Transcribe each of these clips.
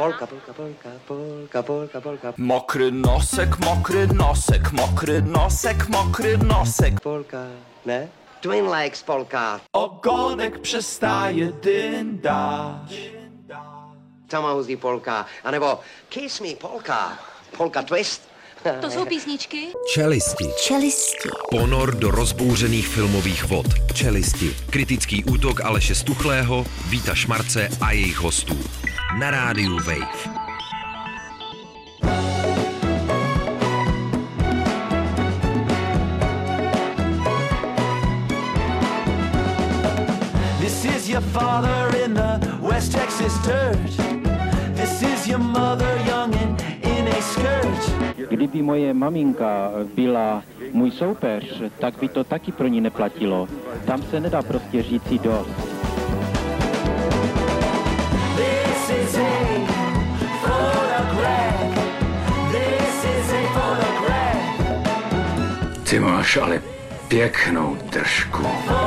Polka, polka, polka, polka, polka, polka. Mokry nosek, mokry nosek, mokry nosek, mokry nosek. Polka, ne? Twin Lakes polka. Ogonek přestaje dyndat. Tamauzí polka, anebo Kiss Me polka. Polka twist. To jsou písničky? Čelisti. Ponor do rozbouřených filmových vod. Čelisti. Kritický útok Aleše Stuchlého, Víta Šmarce a jejich hostů. Na rádiu Wave. This is your father in the West Texas dirt. This is your mother young and in a skirt. Kdyby moje maminka byla můj soupeř, tak by to taky pro ní neplatilo. Tam se nedá prostě říci dost. This is a photograph. This is a photograph. Ty máš ale pěknou držku.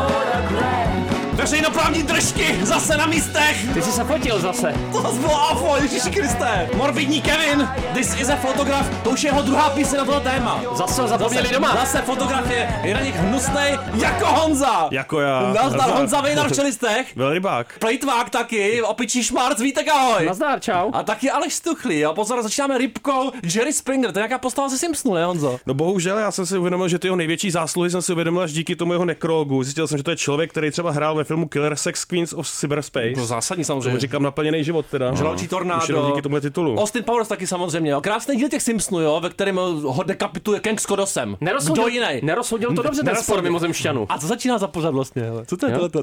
Veřejnoprávní držky, zase na místech! Ty jsi se fotil zase. To zase bylo AFO, Ježíši Kriste! Morbidní Kevin, This is a Photograph, to už je jeho druhá píseň na tohle téma. Zase ho zapomněli doma. Zase fotografie, je na nich hnusnej jako Honza. Jako já. Nazdar Honza Vejnar v Čelistech. Velrybák. Plejtvák taky, opičí šmarc, Vítek ahoj. Nazdar, čau. A taky Aleš Stuchlý, jo, pozor, začínáme rybkou Jerry Springer, to je nějaká postava ze Simpsonu, ne Honzo? No bohužel, já jsem si uvědomil, že ty jeho největší zásluhy jsem si uvědomil až díky tomu jeho nekrologu. Zjistil jsem, že to je člověk, který třeba hrál ve filmu Killer Sex Queens of Cyberspace. To zásadní samozřejmě. To říkám naplněný život teda. Žraločí tornádo. Už jenom díky tomuhle titulu. Austin Powers taky samozřejmě, jo. Krásný díl těch Simpsonů, jo, ve kterém ho dekapituje Kang s Kodosem. Kdo jiný? Nerozhodil to dobře ten spor mimozemšťanů. A co začíná za pořad vlastně, hele? Co to je tohle?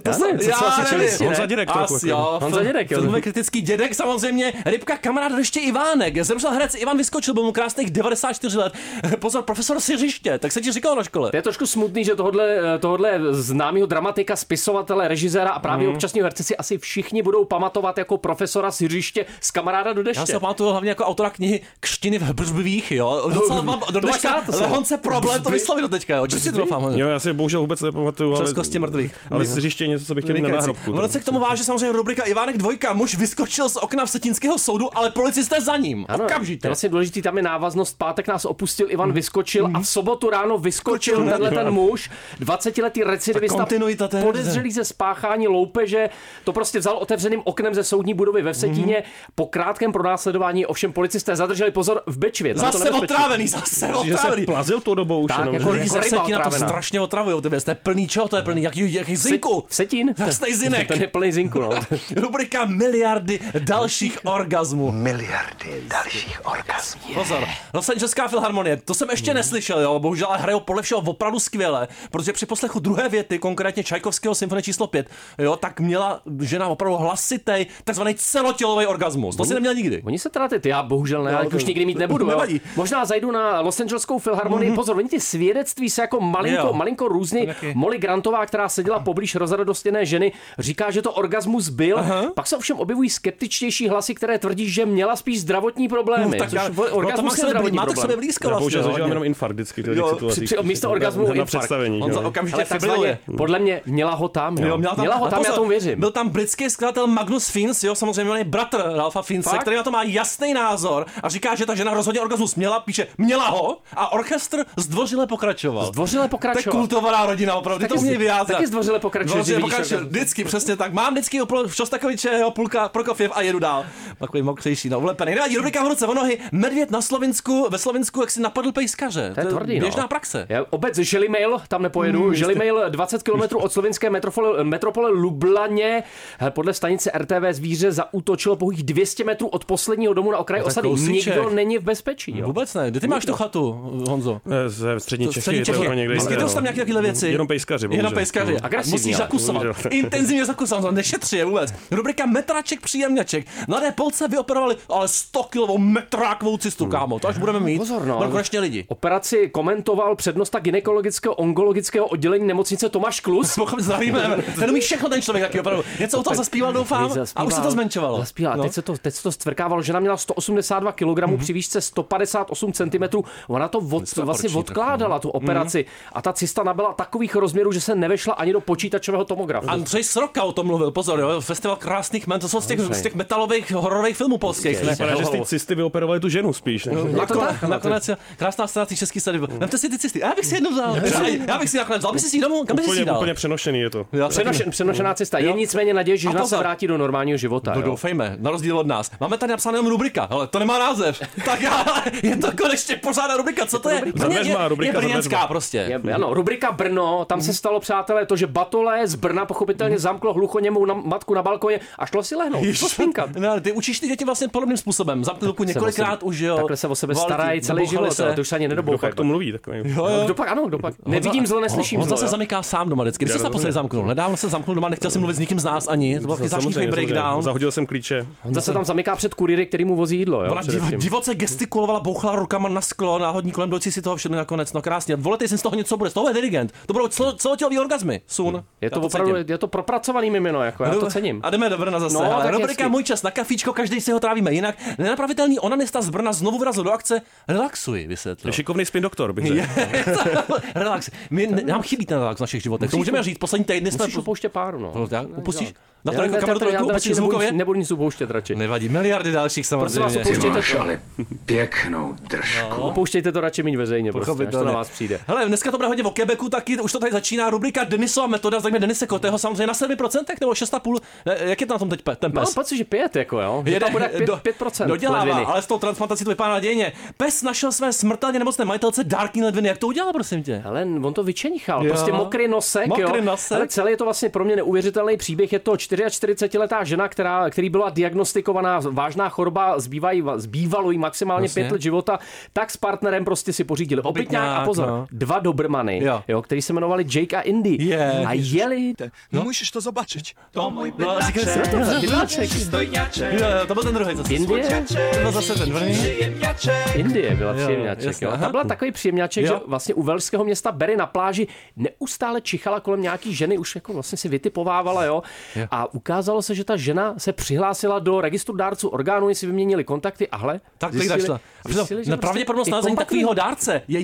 Honza Dědek trochu. Honza Dědek, jo. Filmový kritický dědek samozřejmě. Rybka kamarád ještě Ivánek. Zemřel herec Ivan Vyskočil, byl mu krásných 94 let. Pozor, profesor Siřiště, tak se ti říkalo na škole. To je trošku smutný, že tohle známého dramatika, spisovatele, režiséra a právě občasního herce si asi všichni budou pamatovat jako profesora Siřiště z Kamaráda do deště. Já se pamatuju hlavně jako autora knihy Křtiny v Brzbivých, jo. Docela mám do dneška Lehonce problém to vyslovit do teďka, jo. Čistě doufám. Jo, já si bohužel vůbec nepamatuju, ale z kosti mrtvých. Ale Siřiště něco, co bych chtěl na náhrobku. Ono se k tomu váže samozřejmě rubrika Ivánek 2. Muž vyskočil z okna Vsetínského soudu, ale policisté za ním. Ano, okamžitě. Vlastně důležitý, tam je návaznost. Pátek nás opustil Ivan Vyskočil a v sobotu ráno vyskočil ten muž, 20letý recidivista, podezřelý ze spáchání loupeže. To prostě vzal otevřeným oknem ze soudní budovy ve Vsetíně. Po krátkém pronásledování ovšem policisté zadrželi, pozor, v Bečvě. Zase otrávený. Že se plazil tou dobou už. Tak, jako lidi ze Vsetína to strašně otravujou. To je plný čeho? To je plný jaký zinku? Vsetín? Jasnej zinek. Ten je plný zinku, no. Rubrika miliardy dalších orgazmů. Miliardy dalších orgasmů. Pozor, Los Angeleská filharmonie, to jsem ještě neslyšel, jo, bohužel hrajou podle všeho opravdu skvěle, protože při poslechu druhé věty, konkrétně Čajkovského symfonie číslo 5, jo, tak měla žena opravdu hlasitý, takzvaný celotělový orgasmus. To si neměl nikdy. Oni se teda já bohužel ne, já už nikdy mít nebudu. Možná zajdu na Los Angeleskou filharmonii. Pozor, oni ty svědectví se jako malinko různý. Molly Grantová, která seděla poblíž rozradostěné ženy, říká, že to orgasmus byl. Pak se ovšem objevují skeptičtější hlasy, které tvrdí, že měla spíš zdravotní problémy. Orgasmus je zdravotní problém. Má to k sobě blízko vlastně. Bohužel zažívám jenom infarkt vždycky. Místo orgasmu na představení. Okamžitě fibriluje. Podle mě měla ho tam, já tomu věřím. Byl tam britský skladatel Magnus Fiennes, jo, samozřejmě on je bratr Ralfa Fiennese, který na to má jasný názor a říká, že ta žena rozhodně orgasmus měla, píše měla ho a orchestr zdvořile pokračoval. To je kultovaná rodina, opravdu, to mě vyjádřit. Taky zdvořile pokračuje. Vždycky, přesně tak. Mám vždycky Šostakoviče, Půlka, Prokofiev a jedu dál. Takový mokřejší, no, ulepený. Nevadí, rubrika v ruce o nohy. Medvěd na Slovinsku, ve Slovinsku, jak si napadl pejskaře. To je tvrdý, běžná praxe. Obec Želimail, tam nepojedu. Želimail 20 km od slovinské metropole Lublaně. Podle stanice RTV zvíře zaútočilo pouhých 200 metrů od posledního domu na okraji osady. Nikdo není v bezpečí. Jo? Vůbec ne. Kde ty máš tu chatu, Honzo? Ze střední Čechy. Vyskytují tam nějaké věci. Jenom pejskaři. Musíš zakusovat. Intenzivně zakusovat, nešetří je vůbec. Rubrika metraček příjemňaček. Mladé Polce vyoperovali ale 100kilovou metrákovou cystu, kámo. To až budeme mít. Pozor, no. Konečně lidi. Operaci komentoval přednosta gynekologického onkologického oddělení nemocnice Tomáš Klus. Zdravíme. Ten umí všechno ten člověk, taky opravdu. Něco o tom zaspíval, doufám, a už se to zmenšovalo. Zaspíval. No. Teď se to stvrdkávalo, že měla 182 kg při výšce 158 cm. Ona to vlastně odkládala, tu operaci. A ta cysta nabyla takových rozměrů, že se nevešla ani do počítačového tomografu. Andřej Sroka o tom mluvil, pozor, jo, Festival krásných men, to jsou z těch metalových hororových filmů polských. Vypadá, že z té cysty vyoperovali tu ženu spíš. Nakonec krásná scéna té české sady. Vemte si ty cysty. Já bych si jednu vzal. Já bych si nakonec vzal. By si domů, kam by si dal? Úplně přenošený je to. Přenošená cesta. Je nicméně naděje, že žena se vrátí do normálního života. Doufejme, na rozdíl od nás. Máme tady napsanou jenom rubrika, ale to nemá název. Tak je to konečně pořádná rubrika. Co to je? Je brněnská prostě. Ano, rubrika Brno, tam se stalo, přátelé, to, že Batole z Brna pochopitelně zamklo hluchoněmou matku na balkoně a šlo si lehnout. No, ty učíš ty děti vlastně podobným způsobem. Zamkli ruku několikrát už, jo. Takhle se o sebe starají celý život, to už se ani nedobouchají. Kdo pak to mluví takový? Kdo pak? Nevidím zlo, neslyším zlo. On se zamyká sám doma vždycky. Když se naposledy zamknul? Nedávno se zamknul doma, nechtěl jsem mluvit s nikým z nás ani. To byl zážitý breakdown. Zahodil jsem klíče. On se tam zamyká před kurýry, který mu vozí jídlo, jo. Ona divoce gestikulovala, bouchala rukama na sklo, náhodní kolem dojci si toho všedli nakonec. No krásně. Volete, jestli z toho něco bude. Z toho je dirigent. To budou celotělový orgazmy. Sun. Je to opravdu, je to propracovaný mimino, jako já to cením. A jdeme do Brna zase. Rubrika Můj čas na kafíčko, každý si ho trávíme jinak. Nenapravitelný onanista z Brna znovu vrazil do akce. Relaxuj, vysvětlil. Je šikovný spin doktor, bych řekl. Relax. Nám chybí ten relax v našich životech. To můžeme říct, poslední týdny jsme upouštět pár, no. Upustíš? Na to kameru trojku, upustíš zvukově? Nebudu nic upouštět radši. Nevadí, miliardy dalších samozřejmě. Ty máš ale pěknou držku. Upouštějte to radši méně veřejně, prostě, až to na vás přijde. Hele, dneska to bude hodně o Quebecu, taky už to tady začíná rubrika Denisova metoda, zajímavé Denise Kotého, samozřejmě na 7% nebo 6,5%. Jak je to na tom teď ten pes? Mám pocit, že 5, jako jo. Že tam bude 5%. Dodělává, ale s tou transplantací to vypadá nadějně. Pes našel své smrtelně nemocné majitelce dárky ledviny. Jak to udělal, prosím tě? Ale on to vyčenichal. Prostě mokrý nosek, jo. Ale celý je to vlastně pro mě neuvěřitelný příběh. Je to 44letá žena, který byla diagnostikovaná vážná choroba, zbývalo jí maximálně 5 let života, tak s partnerem prostě si pořídili obytňák a pozor, 2 dobrmany, jo, který se jmenovali Jake a Indy. A jeli. No musíš to zobaczyć. To můj bydláček. To byl ten druhý zase. Indie? To byl zase ten druhý. Indie byla příjemňáček, jo. Ta byla takový příjemňáček, že vlastně u velšského města Bury na pláži neustále čichala kolem nějaký ženy, už jako vlastně si vytipovávala, jo. A ukázalo se, že ta žena se přihlásila do registru dárců orgánů, si vyměnili kontakty a hle. Tak pravděpodobnost nalezení takového dárce je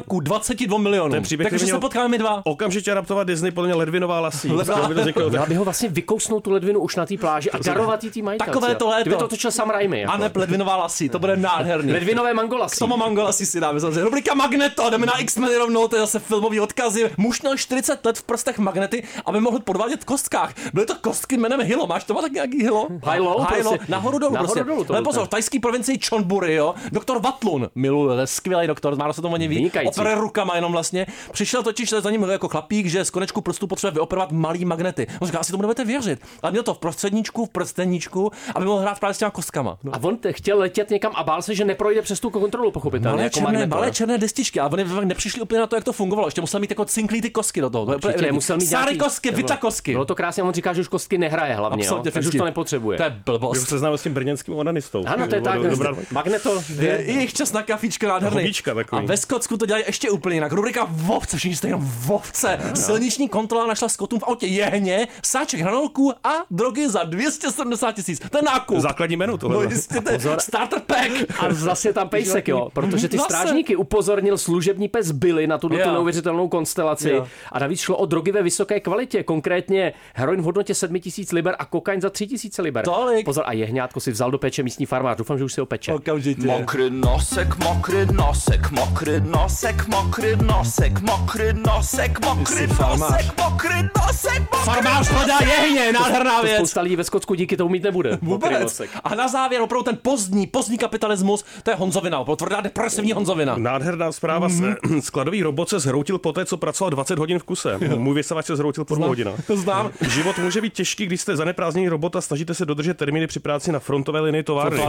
1:22 milionů. Takže se potkáme my dva. Okamžitě adaptovat Disney podle mě ledvinová lasí. Měla by ho vlastně vykousnout tu ledvinu už na té pláži a darovat jí tý majitelce. Takové to léto. Kdyby to točil Sam Raimi. A ne ledvinová lasí, to bude nádherný. Ledvinové mangolasí. K tomu mangolasí si dáme zase. Rubrika Magneto, jdeme na X-Men rovnou, to je zase filmový odkazy. Muž měl 40 let v prstech magnety, aby mohl podvádět v kostkách. Byly to kostky jménem Hilo. Máš to tak nějaký Hilo? Hilo, nahoru dolů prostě. Ale pozor, v tajský provincii Chonburi, jo. Doktor Vatlun, miluje, skvělý doktor, má se tomu ani ví. Operuje rukama jenom vlastně. Přišel totiž za ním jako chlapík, že z konečku prstu potřebuje vyoperovat malý magnety. On říká, asi tomu nebudete věřit. A měl to v prostředníčku, v prsteníčku, aby mohl hrát právě s těma kostkama. No. A on chtěl letět někam a bál se, že neprojde přes tu kontrolu, pochopitelně. Malé černé destičky, ale oni nepřišli úplně na to, jak to fungovalo. Ještě musel mít jako cinklý ty kostky do toho. Musel mít nějaký kostky, vita kostky. Bylo to krásně, on říká, že už kostky nehraje hlavně, jo. Takže už to nepotřebuje. To je blbost. Už se znám s tím brněnským onanistou. Ano, to je tak. Magneto. Je jejich čas na kafíčko nádherný. A ve Skotsku to dělají ještě úplně jinak. Rubrika Vovce, všichni jste jenom Vovce. Silniční kontrola našla Skotům v autě jehně, sáček hranolků a drogy za 270 000. To je nákup. Základní menu tohle. No jistě, starter pack. A zase tam pejsek, jo, protože ty strážníky upozornil služební pes Billy na tu neuvěřitelnou konstelaci. A navíc šlo o drogy ve vysoké kvalitě, konkrétně heroin v hodnotě 7 000 liber a kokain za 3 000 liber. Tolik. Pozor, a jehňátko si vzal do péče místní farmář. Doufám, že už si ho peče. Okamžitě. Mokrý nosek, mokrý nosek, mokrý nosek, mokrý nosek, mokrý nosek, mokrý nosek, mokrý nosek. Farmář hledá jehně, nádherná věc. Spousta lidí ve Skotsku díky tomu mít nebude. Vůbec. A na závěr opravdu ten pozdní kapitalismus, to je Honzovina, opravdu tvrdá depresivní Honzovina. Nádherná zpráva. Skladový robot se zhroutil poté, co pracoval 20 hodin v kuse. Můj vysavač se zhroutil po 2 hodinách. To znám. Život může být těžký, když jste zaneprázdněný robot a snažíte se dodržet termíny při práci na frontové linii továrny.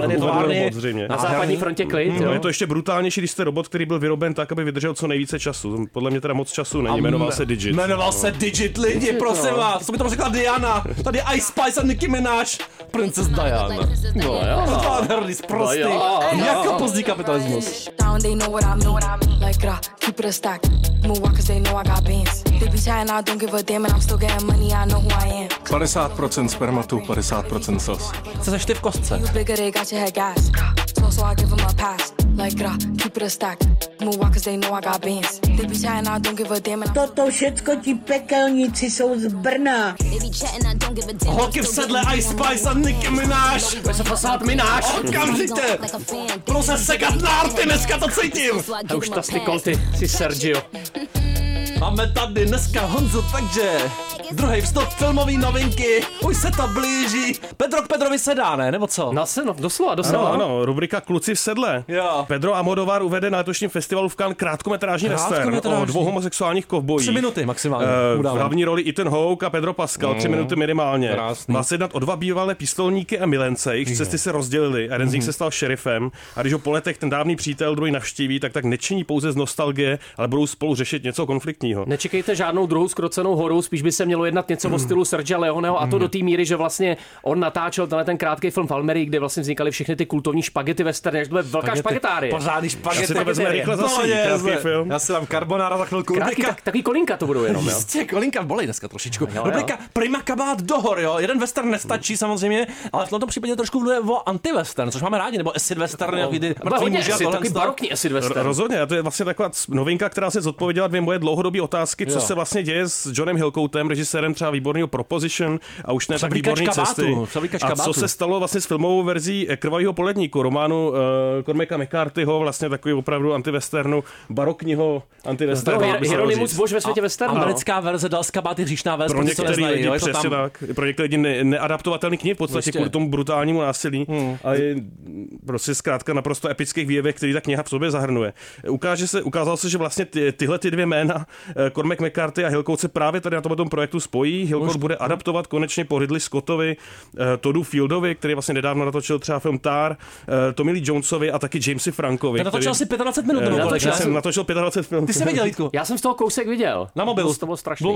Na západní frontě klid. Je to ještě brutálnější, když jste robot, který byl vyroben tak, aby vydržel co nejvíce času. Podle mě teda moc času není. Jmenoval se Digit. Jmenoval se Digit, lidi, prosím vás. Co by to řekla Diana? Tady je Ice Spice a Nicki Minaj. Princess Diana. No jo. Nádherný, sprostý. Jako pozdní kapitalismus. They be chatting, I don't give a damn and I'm still getting money, I know who I am. 50% spermatu, 50% sos. Co seš ty v kostce? You bigger, they got your head gas. So I give them a pass. Like, keep it a stack. Move on, cause they know I got bands. They be chatting, I don't give a damn and Toto všecko ti pekelníci jsou z Brna. Holky v sedle, Ice Spice a Nicki Minaj. Bude se fasát Minaj. Okamžitě. Budu se sekat na arty, dneska to cítím. A už ta Kolty, si Sergio. Máme tady dneska Honzu, takže druhý vstup filmový novinky, už se to blíží. Pedro k Pedrovi sedá, ne? Nebo co? No, doslova. Ano, rubrika Kluci v sedle. Jo. Pedro Almodóvar uvede na letošním festivalu v Cannes krátkometrážní western o 2 homosexuálních kovbojích. 3 minuty maximálně. V hlavní roli Ethan Hawke a Pedro Pascal, 3 minuty minimálně. Krásný. Má se jednat o 2 bývalé pistolníky a milence, jejich cesty se rozdělily a jeden z nich se stal šerifem a když ho po letech ten dávný přítel druhý navštíví, tak nečiní pouze z nostalgie, ale budou spolu řešit něco konfliktního. Nečekejte žádnou druhou zkrocenou horu, spíš by se mělo jednat něco o stylu Sergia Leoneho a to do té míry, že vlastně on natáčel ten krátký film v Almerii, kde vlastně vznikaly všechny ty kultovní špagety westerny, až to bude velká špagetárie. Pořádný špagety. Já si to vezme rychle zase, krátký film. Já si dám carbonara za chvilku. Takový kolínka to budou jenom, jo. Jistě, kolínka bolej dneska trošičku. Rubrika Prima kabát do hor, jo. Jeden western nestačí samozřejmě, ale v tomto případě trošku mluví o anti-western, což máme rádi, nebo acid western, takový barokní acid western. Rozhodně, a to je vlastně taková novinka, která se zodpověděla 2 moje dlouhodobé otázky, co se vlastně děje s Johnem Hillcoatem, režisérem třeba výborného Proposition a už ne tak výborný Cesty. A co se stalo vlastně s filmovou verzí Krvavého poledníku, románu Cormaca McCarthyho, vlastně takový opravdu antiwesternu, barokního antiwesternu. Hieronymus Bož ve světě westernu. Americká verze Dal z kabáty hříšná verze. Pro některé lidi přesně tak. Pro některé lidi neadaptovatelný knih v podstatě kvůli tomu brutálnímu násilí. A je prostě zkrátka naprosto epických výjevech, který ta kniha v sobě zahrnuje. Ukázalo se, že vlastně tyhle 2 jména, Cormac McCarthy a Hillcoat, se právě tady na tom projektu spojí. Hillcoat bude adaptovat konečně po Ridley Scottovi, Toddu Fieldovi, který vlastně nedávno natočil třeba film Tar, Tommy Lee Jonesovi a taky Jamesi Frankovi. Ten natočil asi 25 minut. Já jsem natočil 25 filmů. Ty jsi viděl, Jitku? Já jsem z toho kousek viděl. Na mobilu. To bylo strašný.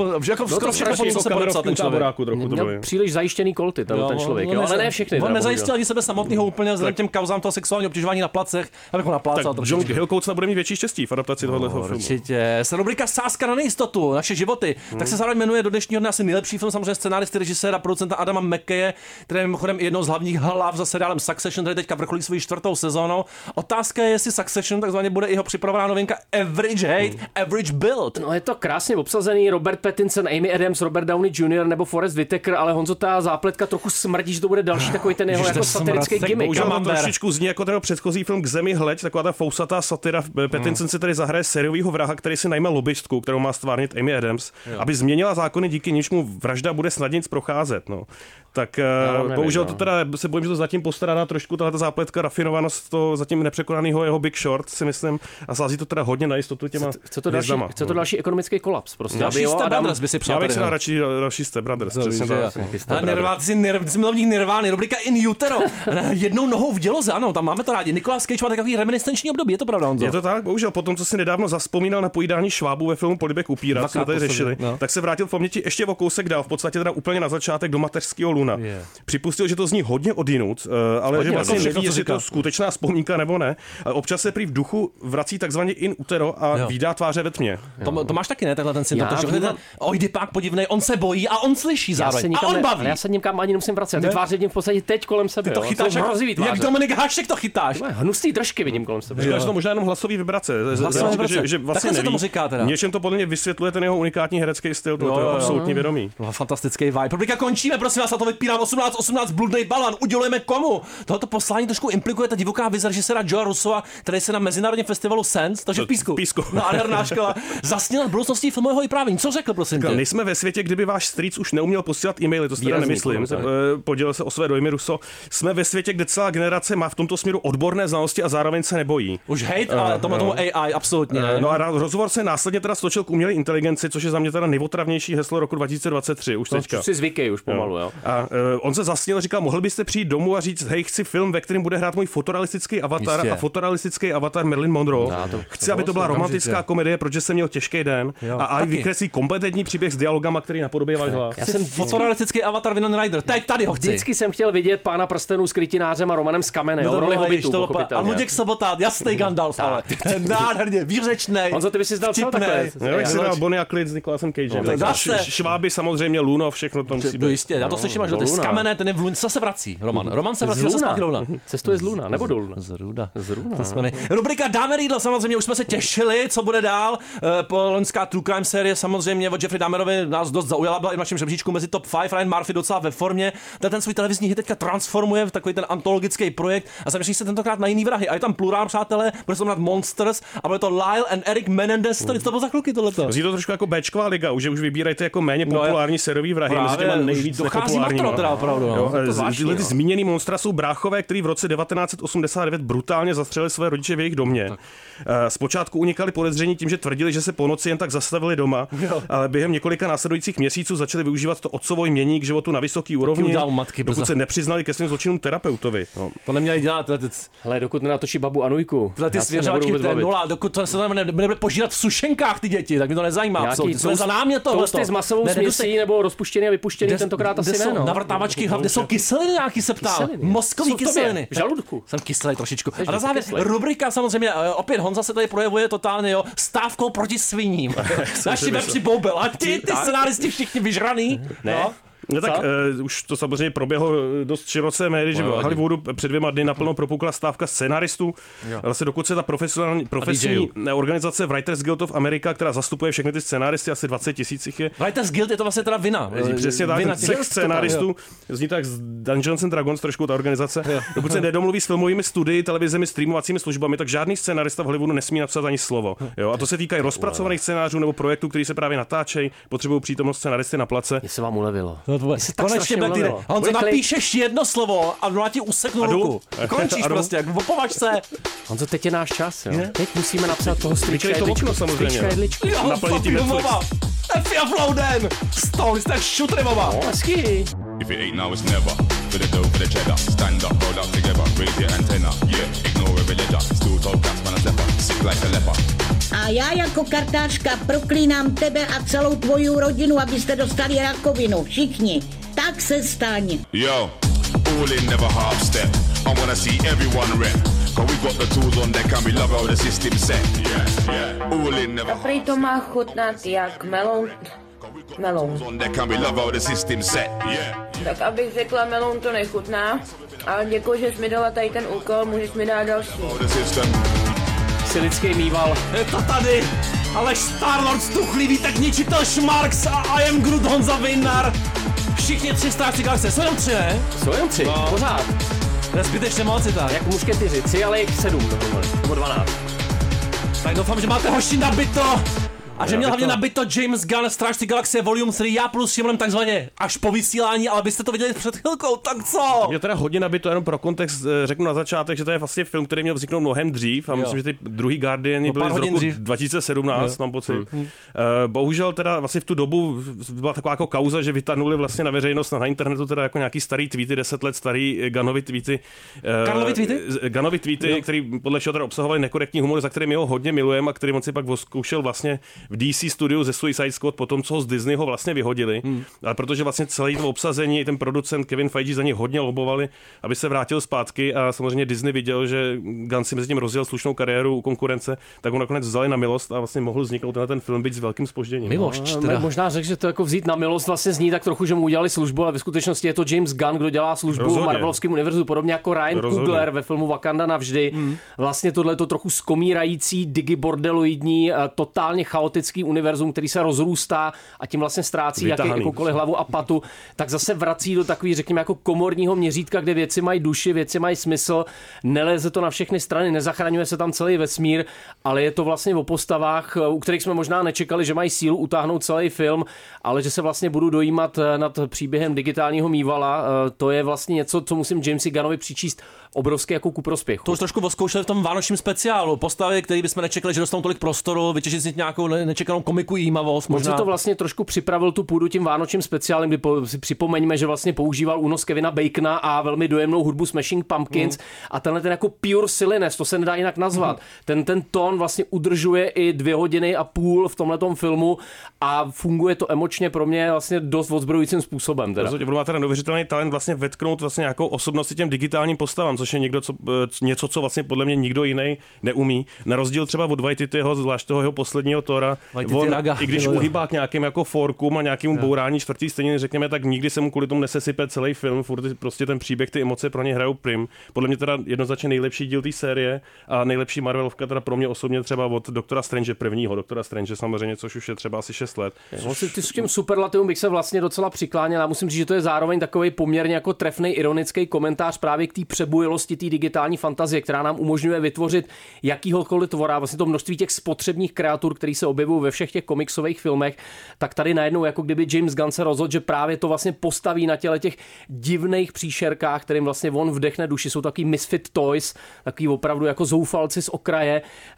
Měl příliš zajištěný kolty, ten člověk, ale ne všechny. On nezajistil ani sebe samotného úplně vzhledem těm kauzám toho sexuálního obtěžování na placech, abych ho naplácal trošku. John Hillcoat bude mít větší štěstí v adaptaci tohoto filmu. Určitě. Se rubrika Sázka na nejistotu, naše životy. Tak se zároveň jmenuje do dnešního dne asi nejlepší film, samozřejmě scenáristy, režiséra, producenta Adama McKaye, který je mimochodem jednou z hlavních hlav za seriálem Succession, který teďka vrcholí svou 4. sezónou. Otázka je, jestli Succession takzvaně bude jeho připravená novinka Average Hate, Average Build. No je to krásně obsazený, Robert Pattinson, Amy Adams, Robert Downey Jr. nebo Forrest Whitaker, ale Honzo, ta zápletka trochu smrdí, že to bude další takový ten jeho jako satirický gimmick. Bohužel to trošičku zní jako ten předchozí film K zemi hleď, taková ta fousatá satira. Pattinson si tady zahraje sériovýho vraha, který si najme lobbystku, kterou má stvárnit Amy Adams, aby změnila zákony, díky níž mu vražda bude snadněji procházet. No. Tak bohužel to teda se bojím, že to zatím postará trošku tahle zápletka, rafinovanost to zatím nepřekonaného jeho Big Short, si myslím, a sází to teda hodně na jistotu těma hvězdama. Chce to další ekonomický kolaps. Prostě. Další Step Brothers by si přál. Já bych se radši další Step Brothers. Ty milovník Nirvány, rubrika In Utero. Jednou nohou v děloze, ano, tam máme to rádi. Nicolas Cage má takový reminiscenční období, je to pravda, Honzo? Je to tak, bohužel potom, co si nedávno zavzpomínal na pojídání švábů ve filmu Polibek upírat, jsme tady řešili, tak se vrátil v paměti ještě o kousek dál, v podstatě teda úplně na začátek do mateřského Luna. Připustil, že to zní hodně odinut, ale že vlastně neví, jestli to skutečná vzpomínka nebo ne. Občas se prý v duchu vrací takzvaně in utero a vídá tváře ve tmě. To máš taky, ne, takhle ten symptom, že ten ojdipák podivnej, on se bojí a on slyší zároveň. A on baví. Já se nikam ani nemusím vracet. Ty tváře vidím v podstatě teď kolem sebe. Ty to chytáš jak Dominik Hašek to chytáš. Hnusný držky vidím kolem sebe. Říkáš to možná jenom hlasový vibrace. Že vlastně se tomu říká teda. Něčem to podle mě vysvětluje ten jeho unikátní herecký styl, to je absolutně vědomý. Fantastický vibe. Publika končíme, prosím vás, a to vypínám 18 bludnej balan. Udělujeme komu? Tohoto poslání trošku implikuje ta divoká vize režiséra Joea Russova, který se na mezinárodním festivalu Sense, takže v Písku. Nádherná škola, zasněla budoucností filmového vyprávění. Co řekl, prosím tě? Nejsme ve světě, kdyby váš strýc už neuměl posílat e-maily, to si teda nemyslím. Podělil se o své dojmy Russo. Jsme ve světě, kde celá generace má v tomto směru odborné znalosti a zároveň se nebojí. Už hate, ale tomu AI absolutně. No a rozhovor se následně teda stočil k umělé inteligenci, což je za mě teda nejotravnější heslo roku 2023, už teďka. To si zvykej už pomalu, jo. A on se zasnil, říkal, mohl byste přijít domů a říct, hej, chci film, ve kterém bude hrát můj fotorealistický avatar a fotorealistický avatar Marilyn Monroe. Chci, aby to byla romantická komedie, protože jsem měl těžký den a aj vykreslí kompetentní příběh s dialogama, který napodobí váš hlas. Já jsem fotorealistický avatar Winona Ryder. Tady ho chci. Vždycky jsem chtěl vidět Pána prstenů s Krytinářem a Romanem z Kamene, v roli hobbitů, a Luděk Sobota, jasný Gandalf, ale nádherně, výřečnej. Honzo, ty bys si zdal takhle. Jak si dal Bonnie a Clyde s Nicolasem Cagem. Šváby samozřejmě, Luno, všechno tam musí být. Jistě, já to slyším, že to je z Kamene, ten je v Luna, se vrací, Roman. Roman se vrací, z zpátky do Luna. Cestuje z Luna, nebo do Luna? Z Ruda. Rubrika Dáme jídlo, samozřejmě, už jsme se těšili, co bude dál. Loňská True Crime série samozřejmě od Jeffrey Dahmerovi nás dost zaujala, byla i v našem žebříčku mezi top 5, Ryan Murphy docela ve formě. Ten svůj televizní hit teďka transformuje v takový ten antologický projekt a zaměří se tentokrát na jiný vrahy. A je tam plurál, přátelé, bude se jmenovat Monsters a bude to Lyle and Eric Menendez. To bylo za kluky tohleto. Zní to trošku jako Bčková liga, už vybírajte jako méně populární seriový vrahy, mezi těma nejvíc nepopulárními. Tyhle ty zmíněný monstra jsou bráchové, kteří v roce 1989 brutálně zastřelili své rodiče v jejich domě. Zpočátku unikali podezření tím, že tvrdili, že se po noci jen tak zastavili doma, ale během několika následujících měsíců začali využívat to otcovo jmění k životu na vysoké úrovni, dokud se nepřiznali ke svým zločinům terapeutovi. To neměli dělat. Hele, dokud nenatočí Babu Anujku. Ty svěřáčky, to je nula, dokud to se tam nebude požírat v sušenkách ty děti, tak mi to nezajímá. Jsou za námě tohle. Toasty s masovou směsí nebo rozpuštěný a vypuštěný tentokrát asi ne. Navrtávačky, kde jsou kyseliny nějaký, se ptál. Mozkový kyseliny. V žaludku. Jsem kyselý trošičku. A na závěr rubrika samozřejmě, opět Honza se tady projevuje totálně, jo, stávkou proti sviním. Naši vepři boubel. A ty scenáristi všichni vyžraný. Ne. No tak už to samozřejmě proběhlo dost široce médii, že v Hollywoodu před 2 dny naplno propukla stávka scenaristů. Vlastně dokud se ta profesní organizace Writers Guild of America, která zastupuje všechny ty scenáristy, asi 20 000 jich je. Writers Guild je to vlastně teda vina. Přesně tak, cech scenáristů, zní tak z Dungeons and Dragons trošku ta organizace. Dokud se nedomluví s filmovými studii, televizemi, streamovacími službami, tak žádný scenárista v Hollywoodu nesmí napsat ani slovo. Jo? A to se týká i rozpracovaných scénářů nebo projektů, který se právě natáčejí, potřebují přítomnost scenaristy na place. Se vám ulevilo. Konečně Honzo, napíšeš jedno slovo a ona ti useknu ruku. Končíš prostě, jak v považce. Honzo, teď je náš čas, jo. Teď musíme napsat toho Strička jedličku. Naplnit tím F.A. Flowden! Stone, jste šutry, baba. Hezky. If it ain't now, it's never. For the dough, for the cheddar. Stand up, roll up together. Raise your antenna. Yeah, ignore every ledger. Still told cats, man, a stepper. Sick like a leper. A já jako kartářka proklínám tebe a celou tvoji rodinu, abyste dostali rakovinu. Všichni. Tak se staň. Yo, all in, never half step. I wanna see everyone rep. Cause we got the tools on deck and we love how the system set. Yeah, all in, never. Prý to má chutnat jak meloun. On deck and we love how the system set. Tak abych řekla, meloun to nechutná. Ale děkuji, že jsi mi dala tady ten úkol, můžeš mi dát další. Silický mýval. Je to tady. Aleš Starlord stuchlivý, tak ničitel Schmarks a I am Groot Honza Winnar. Všichni 3 strážci galaxie, jsou jenom 3, ne? Jsou jenom 3, pořád. Nezbytečně moc tak. Jak mušketýři, 3, ale jich 7 dohromady, nebo 12. Tak doufám, že máte hoši nabito. A že měl hlavně nabito James Gunn, Strážci galaxie Volume 3, já plus Šimlem takzvaně až po vysílání, ale byste to viděli před chvilkou, tak co? Mě teda hodně nabito, jenom pro kontext řeknu na začátek, že to je vlastně film, který měl vzniknout mnohem dřív a myslím, že ty druhý Guardiani byly z roku 2017, mám pocit. Bohužel teda vlastně v tu dobu byla taková jako kauza, že vytanuli vlastně na veřejnost na internetu teda jako nějaký starý tweety, 10 let starý Gunnovy tweety. Gunnovy tweety, který podle všeho teda obsahovaly nekorektní humor, za který my ho hodně milujeme a který on si pak zkoušel vlastně v DC studiu ze Suicide Squad po tom, co ho z Disneyho vlastně vyhodili, ale protože vlastně celý to obsazení, ten producent Kevin Feige za něj hodně lobovali, aby se vrátil zpátky a samozřejmě Disney viděl, že Gunn si mezi tím rozjel slušnou kariéru u konkurence, tak ho nakonec vzali na milost a vlastně mohl vzniknout ten film být s velkým zpožděním. Milost, možná řekl, že to jako vzít na milost vlastně zní tak trochu, že mu udělali službu, ale ve skutečnosti je to James Gunn, kdo dělá službu v Marvelovském univerzu, podobně jako Ryan Coogler ve filmu Wakanda navždy. Vlastně tohle to trochu skomírající digibordeloidní, totálně chaotický univerzum, který se rozrůstá a tím vlastně ztrácí jakoukoliv hlavu a patu, tak zase vrací do takový, řekněme, jako komorního měřítka, kde věci mají duši, věci mají smysl, neleze to na všechny strany, nezachraňuje se tam celý vesmír, ale je to vlastně o postavách, u kterých jsme možná nečekali, že mají sílu utáhnout celý film, ale že se vlastně budu dojímat nad příběhem digitálního mývala. To je vlastně něco, co musím Jamesi Gunnovi přičíst obrovský jako ku prospěchu. To už trošku oskoušeli v tom vánočním speciálu. Postavy, které bychom nečekali, že dostanou tolik prostoru, vytěžit si nějakou nečekanou komiku jímavost. Možná to vlastně trošku připravil tu půdu tím vánočním speciálem, kdy si připomeňme, že vlastně používal únos Kevina Bacona a velmi dojemnou hudbu Smashing Pumpkins a tenhle ten jako pure silliness, to se nedá jinak nazvat. Ten tón vlastně udržuje i 2 hodiny a půl v tomhletom filmu a funguje to emočně pro mě vlastně dost odzbrojujícím způsobem. Rozhodně, on má teda neuvěřitelný talent vlastně vetknout vlastně nějakou osobnost těm digitálním postavám, což je něco, co vlastně podle mě nikdo jiný neumí. Na rozdíl třeba od Waitityho, zvlášť toho jeho posledního Thora, i když uhýbá k nějakým jako forkům a nějakému bourání čtvrtý stejně řekněme, tak nikdy se mu kvůli tomu nesesype celý film, furt prostě ten příběh, ty emoce pro ně hrajou prim. Podle mě teda jednoznačně nejlepší díl té série a nejlepší Marvelovka teda pro mě osobně třeba od Doktora Strange, prvního Doktora Strange samozřejmě, což už je třeba asi 6 let. Ty s tím superlativem bych se vlastně docela přikláněl. Já musím říct, že to je zároveň takový poměrně jako trefný ironický komentář právě k té přebujelosti té digitální fantazie, která nám umožňuje vytvořit jakýhokoliv tvora, vlastně to množství těch spotřebních kreatur, které se objevují ve všech těch komiksových filmech, tak tady najednou jako kdyby James Gunn se rozhodl, že právě to vlastně postaví na těle těch divných příšerkách, kterým vlastně on vdechne duši. Jsou takový misfit toys, takový opravdu jako zoufalci z okraje,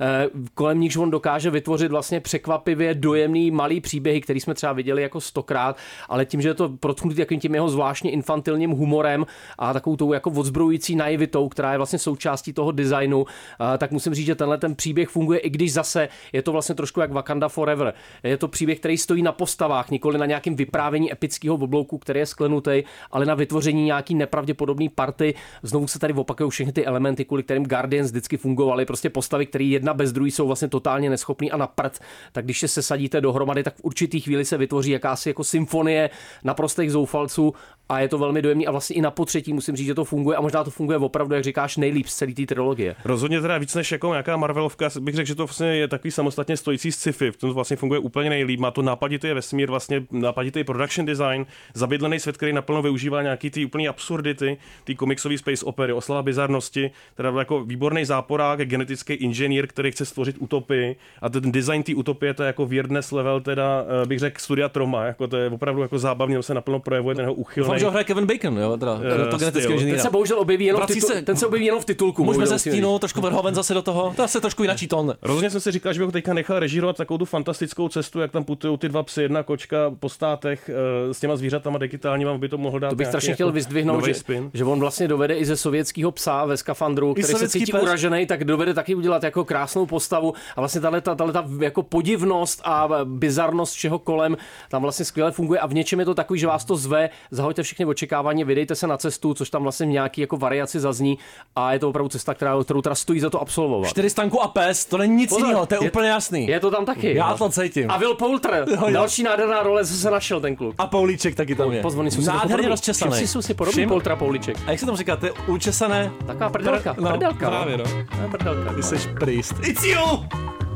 kolem nichž on dokáže vytvořit vlastně překvapivě dojemný malý příběhy, který jsme třeba viděli jako 100krát, ale tím, že je to protknutý jakým tím jeho zvláštně infantilním humorem a takovou tou jako odzbrojující naivitou, která je vlastně součástí toho designu, tak musím říct, že tenhle ten příběh funguje, i když zase je to vlastně trošku jak Wakanda Forever. Je to příběh, který stojí na postavách, nikoli na nějakém vyprávění epického oblouku, který je sklenutý, ale na vytvoření nějaký nepravděpodobný party. Znovu se tady opakují všechny ty elementy, kvůli kterým Guardians vždycky fungovaly, prostě postavy, které jedna bez druhé jsou vlastně totálně neschopný a na prd. Tak když se sadíte dohromady, tak v určitý chvíli se vytvoří jakási jako symfonie naprostých zoufalců a je to velmi dojemný a vlastně i na potřetí musím říct, že to funguje a možná to funguje opravdu, jak říkáš, nejlíp z celé té trilogie. Rozhodně teda víc než jako nějaká Marvelovka, bych řekl, že to vlastně je takový samostatně stojící sci-fi, v tom vlastně funguje úplně nejlíp, má to nápaditý vesmír, vlastně nápaditý production design, zabydlený svět, který naplno využívá nějaký ty úplně absurdity, ty komiksové space opery, oslava bizarnosti, teda jako výborný záporák, genetický inženýr, který chce stvořit utopii a ten design té utopie, to je jako weirdness level, teda bych řekl studia Troma, jako to je opravdu jako zábavně, se naplno projevuje ten jeho uchylný. Že ho hraje Kevin Bacon, jo, teda to genetického inženýra. Ten se bohužel objeví jenom v titulku. Můžeme ze stínu trošku Verhoeven zase do toho. To je asi trošku jináčí tón. Rozhodně jsem si říkal, že bych ho teďka nechal režírovat takovou tu fantastickou cestu, jak tam putují ty 2 psy, 1 kočka po státech s těma zvířatama digitálníma, by to mohl dát. To bych strašně chtěl vyzdvihnout, že on vlastně dovede i ze sovětského psa ve skafandru, který se cítí uražený, tak dovede taky udělat jako krásnou postavu a vlastně tahle jako podivnost a bizarnost všeho kolem tam vlastně skvěle funguje a v něčem je to takový, že vás to zve, zahoďte všechny očekávání, vydejte se na cestu, což tam vlastně nějaký jako variaci zazní a je to opravdu cesta, kterou teda stojí za to absolvovat. 4 stanku a pes, to není nic jiného, to je úplně jasný. Je to tam taky. Já to cítím. A Will Poulter, další nádherná role, co se našel ten kluk. A Poulíček taky tam je. Pozvony jsou nádherně rozčesaný. Jsou si podobný Poultra Poulíček. A jak se tam říká, to je učesané? Taková prdelka. Prdelka. Právě, no. Prdelka. Ty jsi priest. It's you!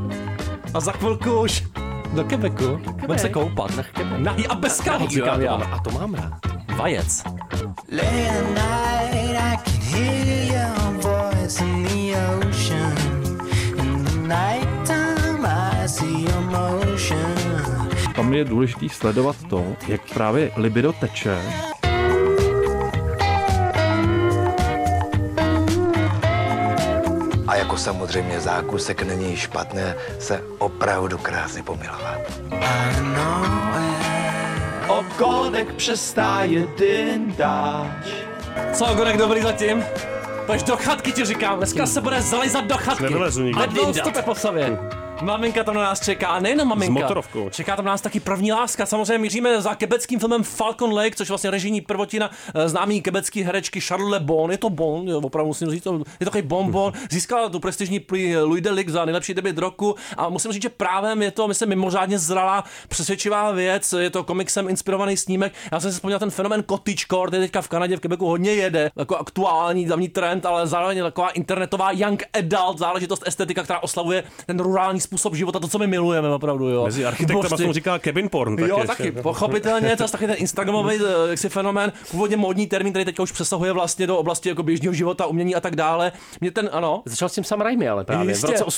A za chvilku už do Quebecu. Budeme se koupat. Nahý a bez kalhot, říkám já. A to mám rád. Vajec. Tam je důležité sledovat to, jak právě libido teče. A jako samozřejmě zákusek není špatné se opravdu krásně pomilovat. Ogonek přestáje dyndáč. Co, Ogonek, dobrý zatím? Pojď do chatky, ti říkám, dneska se bude zalizat do chatky. Nevylezu nikdy. A dvou stupe po sobě. Maminka tam na nás čeká, a nejenom maminka. S motorovkou. Čeká tam na nás taky první láska. Samozřejmě míříme za quebeckým filmem Falcon Lake, což vlastně režijní prvotina známý quebecký herečky Charlotte Le Bon. Je to Bon, jo, opravdu musím říct, je to takový bonbon. Získala tu prestižní Louis de Lix za nejlepší debut roku a musím říct, že právem je to, myslím, mimořádně zralá, přesvědčivá věc. Je to komiksem inspirovaný snímek. Já jsem si vzpomněl ten fenomén cottagecore, který teďka v Kanadě, v Quebecu hodně jede, jako aktuální davní trend, ale zároveň taková internetová young adult záležitost, estetika, která oslavuje ten rurální způsob života, to, co my milujeme opravdu, jo. Mezi architektama se mu říká cabin porn. Jo, taky, pochopitelně, to je taky ten instagramový jaksi fenomén, původně módní termín, který teďka už přesahuje vlastně do oblasti jako běžného života, umění a tak dále. Mě ten, ano. Začal s tím Sam Raimi, ale právě v roce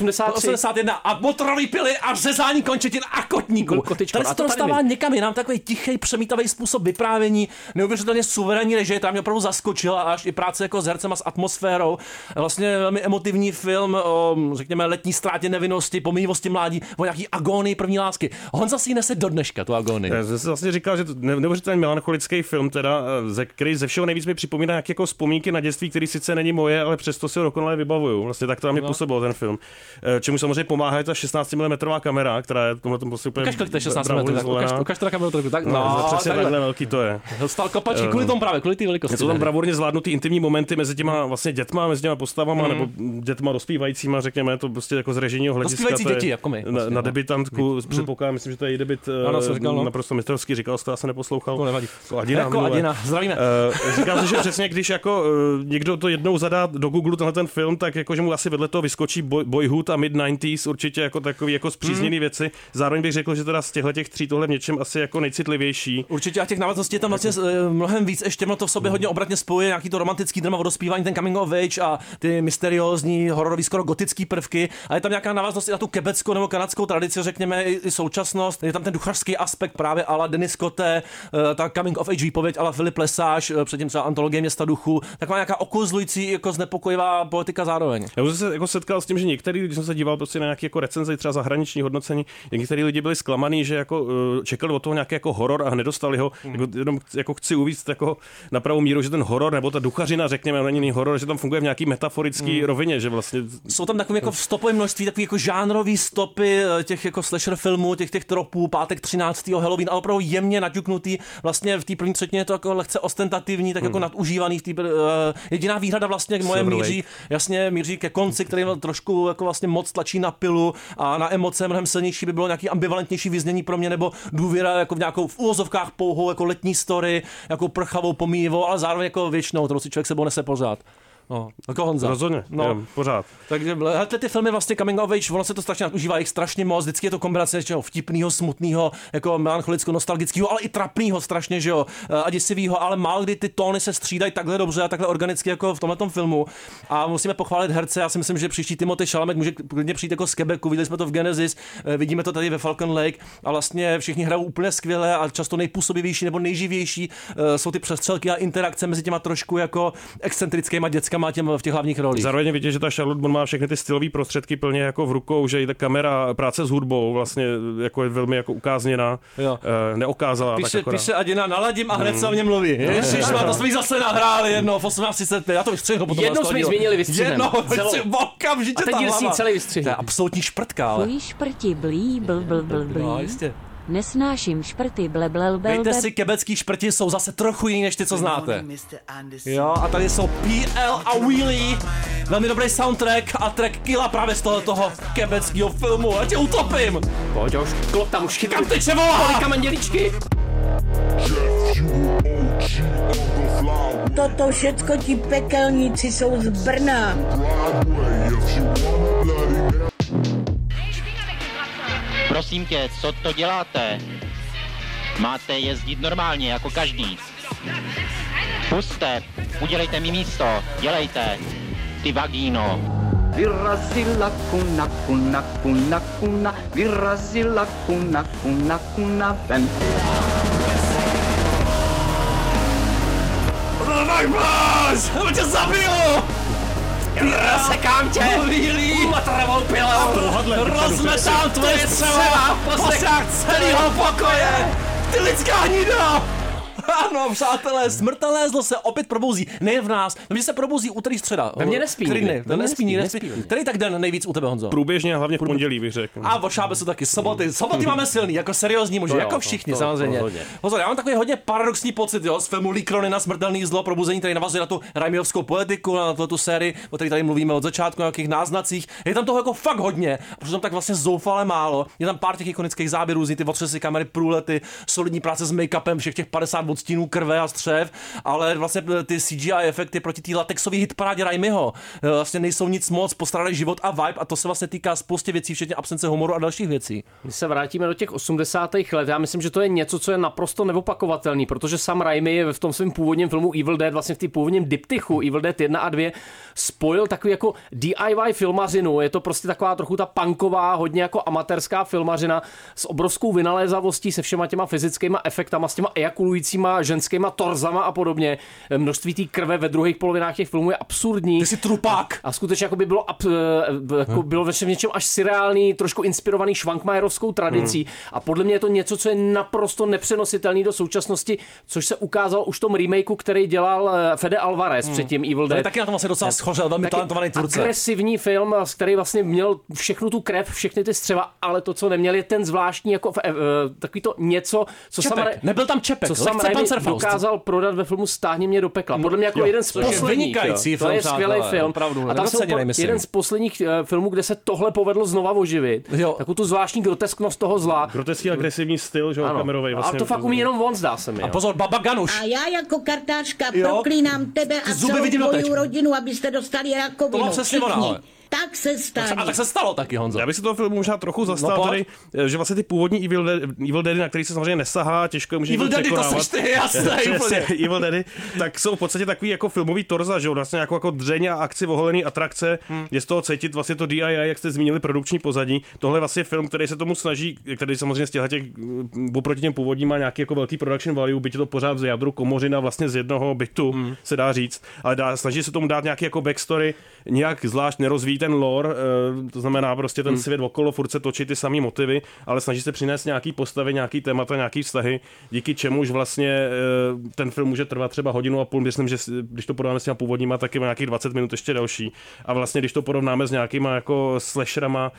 81 a motorový pily a řezání končetin a kotníků. Tady se to dostává někam jinam, takový tichý, přemítavý způsob vyprávění, neuvěřitelně suverénní režie, která mě opravdu zaskočila, až i práce jako s hercem a s atmosférou. Vlastně velmi emotivní film o, řekněme, letní ztrátě nevinnosti, pomíjivosti mládí, o nějaký agónii první lásky. Honza si nese do dneška tu agónii. Já jsem vlastně říkal, že to neuvěřitelně melancholický film, teda, který ze všeho nejvíc mi připomíná nějaké jako vzpomínky na dětství, který sice není moje, ale přesto si ho dokonale vybavuju. Vlastně tak to na mě působilo ten film. Čemu samozřejmě pomáhá ta 16 mm kameরা, která je v tomhle postupem. Ukaž, kolik to je 16 mm, ukaž to na kameru trochu. Tak, přesně takhle velký to je. Dostal kopačí kvůli tomu právě, kvůli té velikosti. Jsou tam bravurně zvládnutý intimní momenty mezi těma vlastně dětma, mezi těma postavama nebo dětma dospívajícíma, řekněme, to prostě jako z režijního hlediska. Dospívající děti, jako my. Na debitantku předpokládám, myslím, že to je její debit naprosto mistrovský, říkal jste, já jsem neposlouchal. To nevadí. Adina, zdravíme. Říkám si, že přesně když jako někdo to jednou zadá do Google tenhle ten film, tak jako že mu asi vedle toho vyskočí Boyhood a Mid-90s určitě jako takový jako zpřízněný věci. Zároveň bych řekl, že teda z těch tří tohle v něčem asi jako nejcitlivější. Určitě a těch návazostí je tam vlastně mnohem víc, ještě to v sobě hodně obratně spojuje nějaký to romantický drama o dospívání, ten coming of age a ty mysteriózní, hororový, skoro gotický prvky. A je tam nějaká návaznost i na tu quebeckou nebo kanadskou tradici, řekněme, i současnost. Je tam ten duchařský aspekt právě ala Denis Cotte, ta coming of age výpověď ala Philip Lesage, předtím třeba antologie Města duchu. Taková nějaká okouzlující, jako znepokojivá politika zároveň. Já už jsem se jako setkal s tím, že některý, když jsem se díval prostě na nějaké jako recenze, třeba zahraniční hodnocení, někteří lidi byli zklamaní, že jako čekali od toho nějaký jako horor a nedostali ho. Jenom jako chci uvést jako na pravou míru, že ten horor nebo ta duchařina, řekněme, není horor, že tam funguje v nějaký metaforický rovině, že vlastně jsou tam takové jako stopové množství, takový jako žánrový stopy těch jako slasher filmů, těch tropů, pátek 13. Halloween, ale opravdu jemně naťuknutý. Vlastně v té první třetině je to jako lehce ostentativní, tak jako nadužívaný v té jediná výhrada vlastně moje míří ke konci, který trošku jako vlastně moc tlačí na pilu a na emoce mnohem silnější by bylo nějaký ambivalentnější vyznění pro mě nebo důvěra jako v nějakou v úvozovkách pouhou jako letní story, jako prchavou, pomíjivou, ale zároveň jako věčnou, kterou si člověk sebou nese pořád. No, jako Honza. Rozhodně, pořád. Takže ty filmy vlastně coming of age, ono se to strašně nadužívá, jich strašně moc, vždycky je to kombinace něčeho vtipného, smutného, jako melancholicko nostalgického, ale i trapného strašně, že jo, a děsivého, ale málo kdy ty tóny se střídají takhle dobře a takhle organicky jako v tomhletom filmu. A musíme pochválit herce, já si myslím, že příští Timothée Chalamet může klidně přijít jako z Quebecu, viděli jsme to v Genesis, vidíme to tady ve Falcon Lake a vlastně všichni hrajou úplně skvěle a často nejpůsobivější nebo nejživější jsou ty přestřelky a interakce mezi těma trošku jako excentrickýma dětskama v těch hlavních rolích. Zároveň vidět, že ta Charlotte Bon má všechny ty stylové prostředky plně jako v rukou, že i ta kamera, práce s hudbou vlastně jako je velmi jako ukázněná, neokázala. Píše Adina, naladím a hned se o něm mluví. Ježišmar, to jsme jí zase nahráli jednou v 18:35, já to vystřihnu potom. Jednou jsme jí změnili vystřihnem. Okamžitě ta hlava. Celý vystřihnu. To je absolutní šprtka, ale. Fuj šprti blí, bl. No, jistě. Nesnáším šprty, bleblel. Dejte si, quebecký šprti jsou zase trochu jiný, než ty, co znáte. Jo, a tady jsou PL a Wheelie. Velmi dobrý soundtrack a track Killa právě z toho quebeckého filmu. Já tě utopím. Pojď už, klop tam už chytám. Kam teď se volá? Kolika manděličky. Toto všecko ti pekelníci jsou z Brna. Prosím tě, co to děláte? Máte jezdit normálně, jako každý. Pusťte, udělejte mi místo, dělejte. Ty vagíno. Vyrazila kuna, vyrazila kuna ven. Nebo tě zabiju! Rozsekám tě! Matravou pilou! Rozmetám tvoje střeva! Posách celého pokoje! Ty lidská hnída! Ano, přátelé, smrtelné zlo se opět probouzí. Nejen v nás, protože se probouzí úterý středa. Ve mně nespí. Nespí. Který tak den nejvíc u tebe, Honzo? Průběžně, hlavně v pondělí, bych řekl. A ošábe se taky soboty. Soboty máme silný, jako seriózní muži, jako všichni samozřejmě. Pozor, já mám takový hodně paradoxní pocit, jo, z filmu Lee Cronin na smrtelný zlo, probuzení, který navazuje na tu Raimiovskou poetiku, na tu sérii, o které tady mluvíme od začátku, na nějakých náznacích. Je tam toho jako fakt hodně, protože tam tak vlastně zoufale málo. Je tam pár těch ikonických záběrů, ty otřesy kamery, průlety, solidní práce s make-upem, všech těch 50 odstínů stínů krve a střev, ale vlastně ty CGI efekty proti té latexové hitparádě Raimiho vlastně nejsou nic moc, postarali život a vibe a to se vlastně týká spoustě věcí, včetně absence humoru a dalších věcí. My se vrátíme do těch 80. let. Já myslím, že to je něco, co je naprosto neopakovatelný, protože Sam Raimi v tom svém původním filmu Evil Dead, vlastně v té původním diptychu Evil Dead 1 a 2 spojil takový jako DIY filmařinu. Je to prostě taková trochu ta punková, hodně jako amatérská filmařina s obrovskou vynalézavostí, se všema těma fyzickýma efektama, s těma ejakulujícíma ženskýma torzama a podobně. Množství té krve ve druhých polovinách těch filmů je absurdní. Ty jsi trupák. A skutečně jako by bylo v něčem až surreální, trošku inspirovaný Švankmajerovskou tradicí. A podle mě je to něco, co je naprosto nepřenositelný do současnosti, což se ukázalo už v tom remakeu, který dělal Fede Alvarez předtím Evil Dead. To je taky na tom vlastně docela schořel, velmi talentovaný tvůrce. Agresivní film, který vlastně měl všechnu tu krev, všechny ty střeva, ale to, co neměl, je ten zvláštní jako takový to něco, co nebyl tam čepek, co Sam Raimi dokázal prodat ve filmu Stáhni mě do pekla. Podle mě jako jeden z posledních. To je skvělý film. Opravdu, a tam jsou jeden z posledních filmů, kde se tohle povedlo znova oživit. Takovou tu zvláštní grotesknost toho zla. Groteskní agresivní styl, že kamerový. Vlastně, a to fakt umí jenom on, zdá se mi. A pozor, Baba Ganuš. A já jako kartářka proklínám tebe a celou tvoji rodinu, abyste dostali rakovinu. Všichni. Tak se stane. A tak se stalo taky, Honzo. Já bych se toho filmu možná trochu zastal tady, že vlastně ty původní Evil Deady, na který se samozřejmě nesahá, těžko je může Evil Deady, to seš ty, jasné, Evil Deady, tak jsou v podstatě takový jako filmový torza, že jo, vlastně jako dřeň a akci, oholený atrakce, je z toho cítit vlastně to DIY, jak jste zmínili, produkční pozadí. Tohle je vlastně film, který se tomu snaží, který samozřejmě z těch oproti těm původním má nějaký jako velký production value, byť je to pořád z jádru komořina vlastně z jednoho bytu, se dá říct, ale snaží se tomu dát nějaký jako backstory, nějak zvlášť nerozvíjí ten lore, to znamená prostě ten svět okolo, furt se točí ty samý motivy, ale snaží se přinést nějaký postavy, nějaký témata, nějaký vztahy, díky čemuž vlastně ten film může trvat třeba 1,5 hodiny. Myslím, že když to porovnáme s těma původníma, tak je nějakých 20 minut ještě delší. A vlastně když to porovnáme s nějakýma jako slasherama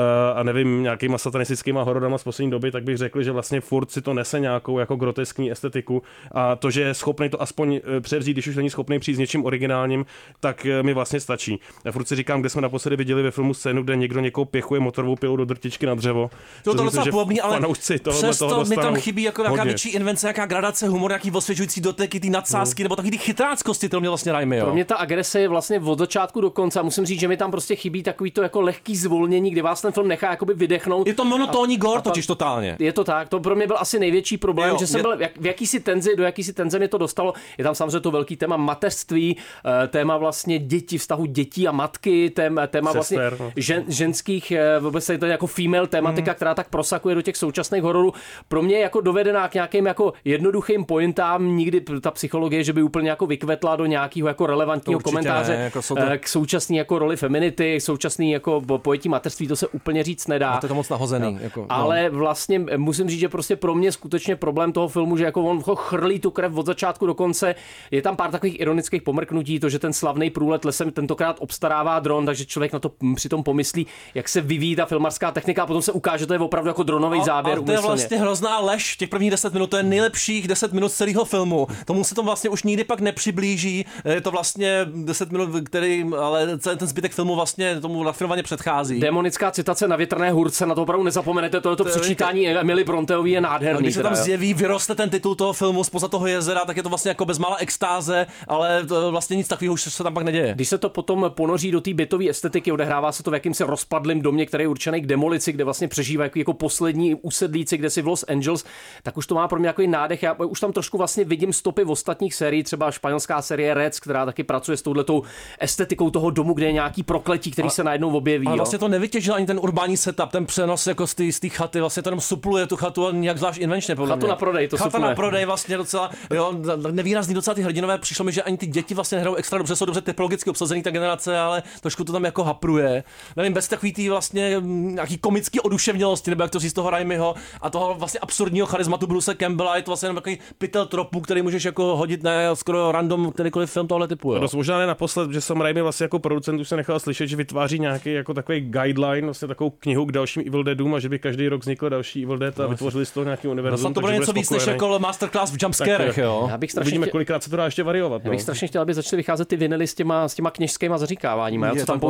a nevím, nějakýma satanistickýma hororama z poslední doby, tak bych řekl, že vlastně furt si to nese nějakou jako groteskní estetiku a to, že je schopný to aspoň převzít, když už není schopný přijít s něčím originálním, tak mi vlastně stačí. Já furt si říkám, kde jsme naposledy viděli ve filmu scénu, kde někdo někoho pěchuje motorovou pilou do drtičky na dřevo. To docela podobný, ale přesto mi tam chybí jako nějaká větší invence, nějaká gradace, humor, nějaký osvěžující doteky, ty nadsázky, nebo taky ty chytráckosti, to mě vlastně Raimi. Pro mě ta agrese je vlastně od začátku do konce a musím říct, že mi tam prostě chybí takový to jako lehký zvolnění, kdy vás ten film nechá jakoby vydechnout. Je to monotónní gore totiž totálně. Je to tak, to pro mě byl asi největší problém, že jsem byl v jakýsi tenzi, do jakýsi tenze mě to dostalo. Je tam samozřejmě to velký téma mateřství, téma vlastně dětí, vztahu dětí a matky, téma vlastně ženských, vůbec je to jako female tematika, která tak prosakuje do těch současných hororů. Pro mě je jako dovedená k nějakým jako jednoduchým pointám, nikdy ta psychologie, že by úplně jako vykvetla do nějakého jako relevantního komentáře jako k současný jako roli feminity, současný jako pojetí mateřství, to se úplně říct nedá. A to je to moc nahozený. Ale vlastně musím říct, že prostě pro mě skutečně problém toho filmu, že jako on chrlí tu krev od začátku do konce. Je tam pár takových ironických pomrknutí, to, že ten slavný průlet lesem tentokrát obstarává dron, takže člověk na to přitom pomyslí, jak se vyvíjí ta filmarská technika a potom se ukáže, že to je opravdu jako dronový záběr. To je vlastně hrozná lež. Těch prvních 10 minut, to je nejlepších 10 minut celého filmu. Tomu se to vlastně už nikdy pak nepřiblíží. Je to vlastně 10 minut, který, ale celý ten zbytek filmu vlastně tomu nafilmovaně předchází. Demonická citace na Větrné hůrce, na to opravdu nezapomenete, tohleto přečítání Emily Bronteový je nádherný. Když se tam zjeví, vyroste ten titul toho filmu zpoza toho jezera, tak je to vlastně jako bezmála extáze, ale vlastně nic takového už se tam pak neděje. Když se to potom ponoří do té bytové estetiky, odehrává se to v jakýmsi rozpadlém domě, který je určený k demolici, kde vlastně přežívají jako poslední usedlíci, kde si v Los Angeles, tak už to má pro mě jako nádech. Já už tam trošku vlastně vidím stopy v ostatních sériích, třeba španělská série Reds, která taky pracuje s touhletou estetikou toho domu, kde je nějaký prokletí, který se najednou objeví. Ale vlastně to nevytěžil ani ten urbání setup, ten přenos jako z té chaty, vlastně to jenom supluje tu chatu nějak zvlášť invenčně. Chatu na prodej, to chata na prodej vlastně docela, jo, nevýrazný docela ty hrdinové, přišlo mi, že ani ty děti vlastně nehrajou extra dobře, jsou dobře typologicky obsazený ta generace, ale trošku to tam jako hapruje. Nevím, bez takový tý vlastně nějaký komický oduševnělosti, nebo jak to říct z toho Raimiho a toho vlastně absurdního charizmatu Bruce Campbella, je to vlastně jenom takový pytel tropu, který můžeš jako hodit na skoro random kterýkoliv film tohle typu. To možná ne naposled, že Sam Raimi vlastně jako producent už se nechal slyšet, že vytváří nějaký jako takový guideline, vlastně takovou knihu k dalším Evil Deadům a že by každý rok vznikl další Evil Dead a vytvořili z toho nějaký univerzum. To bude něco víc než jako masterclass v jumpscarech, jo. Uvidíme, kolikrát se to dá ještě variovat. Já bych strašně chtěl, aby začaly vycházet ty vinily s těma kněžskýma zaříkáváníma, co tam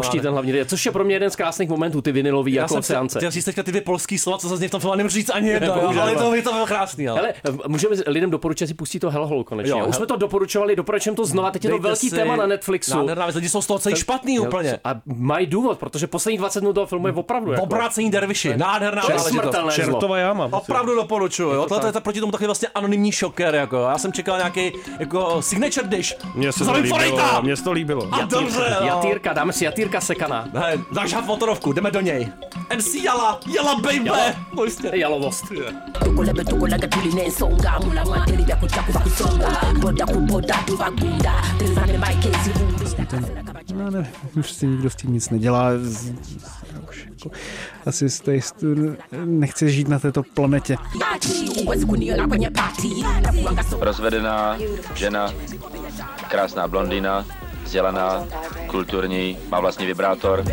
pouští ten hlavní, což je pro mě jeden z krásných momentů, ty vinilový jako seance. Já jsem teďka ty dvě polský slova, co zazní v tom filmu, nemůžu říct ani jedno, ale to bylo krásný. Ale můžeme lidem doporučit si pustit to Hellhole konečně. Už jsme to doporučujeme to znova, teď je to velký téma na Netflixu. Lidi jsou z toho celý špatný úplně. A mají důvod, protože poslední 20 minut toho filmu je opravdu jako Obrácení derviši, nádherná záležitost. Čertová jáma. Opravdu doporučuju. Tohle je proti tomu takový vlastně anonymní šoker, jako. Já jsem čekal nějaký jako signature dish. Mně se to líbilo. Jatýrka, dáme si jatýrka sekaná. Dáš haf motorovku, jdeme do něj. MC Jala baby. Jalovost. Už si nikdo s tím nic nedělá. Asi nechce žít na této planetě. Rozvedená žena, krásná blondýna, vzdělaná, kulturní, má vlastní vibrátor.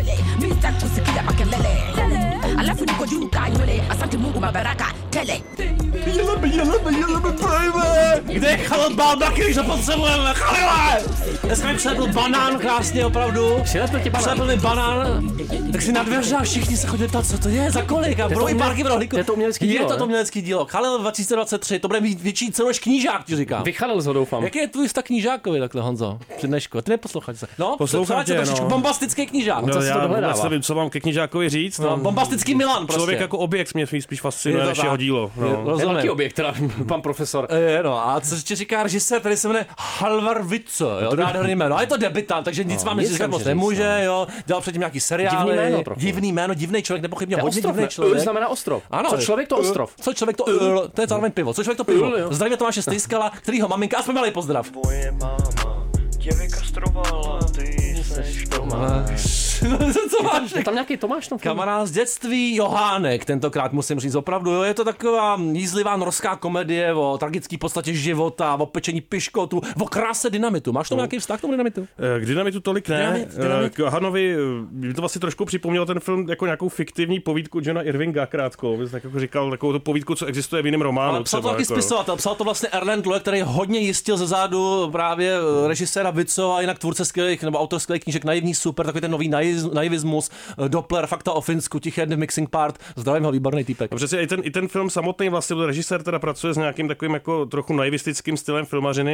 Kde je Khalil Balbaki, když to potřebujeme? Khalile! Dneska mi přilepil banán, krásně opravdu. Přilepil mi banán, tak si na dveře a všichni se chodili ptát, co to je, za kolik? A budou i párky v rohlíku. Je to umělecký dílo, Je to umělecký dílo. Khalil 2023, to bude mít větší cenu než knížák, ti říkám. Vychalil ho, doufám. Jaký je tvůj vztah knížákovi takhle, Honzo? Při dnešku, ty neposloucháš se. No, poslouchám tě, no. Bombastický knížák. No, já vůbec nevím, co mám ke knížákovi říct. No, bombastický Milan prostě. Člověk jako objekt mě spíš fascinuje než jeho dílo. Je velký objekt, teda pan profesor. No, a co ti říká režisér, tady se jmenuje Halvar Vico, jo, nádherný jméno. A je to debutant, takže nic vám říkat moc nemůže, jo. Dělal předtím nějaký seriály. Divný jméno, divný člověk, nepochybně hodně divný člověk. Znamená ostrov. Ano, co člověk to ostrov. Co člověk to je zároveň pivo. Co člověk to pivo. Zdravím Tomáše Stejskala, kterýho maminka, aspoň malý pozdrav. Tvoje máma tě vykastrovala, ty seš Tomáš. Co máš? Je tam nějaký Tomáš? Kamarád z dětství Johánek, tentokrát musím říct opravdu, jo, je to taková jízlivá norská komedie o tragické podstatě života, o pečení piškotu, o kráse dynamitu. Máš tam nějaký vztah k tomu dynamitu? K dynamitu tolik ne. Dynamit. K Hanovi mi to vlastně trošku připomnělo ten film jako nějakou fiktivní povídku Johna Irvinga krátko. Tak jako říkal takovou povídku, co existuje v jiném románu. Ale psal to taky spisovatel, psal to vlastně Erland Loe, který hodně jistil ze zádu právě režiséra Vico a jinak tvůrce skvělých nebo autor skvělých knížek Naivní super, takový ten nový naivismus, Doppler, Fakta o Finsku, Tiché dny v Mixing Part, zdravím ho, výborný týpek. A přesně i ten film samotný vlastně, režisér teda pracuje s nějakým takovým jako trochu naivistickým stylem filmařiny,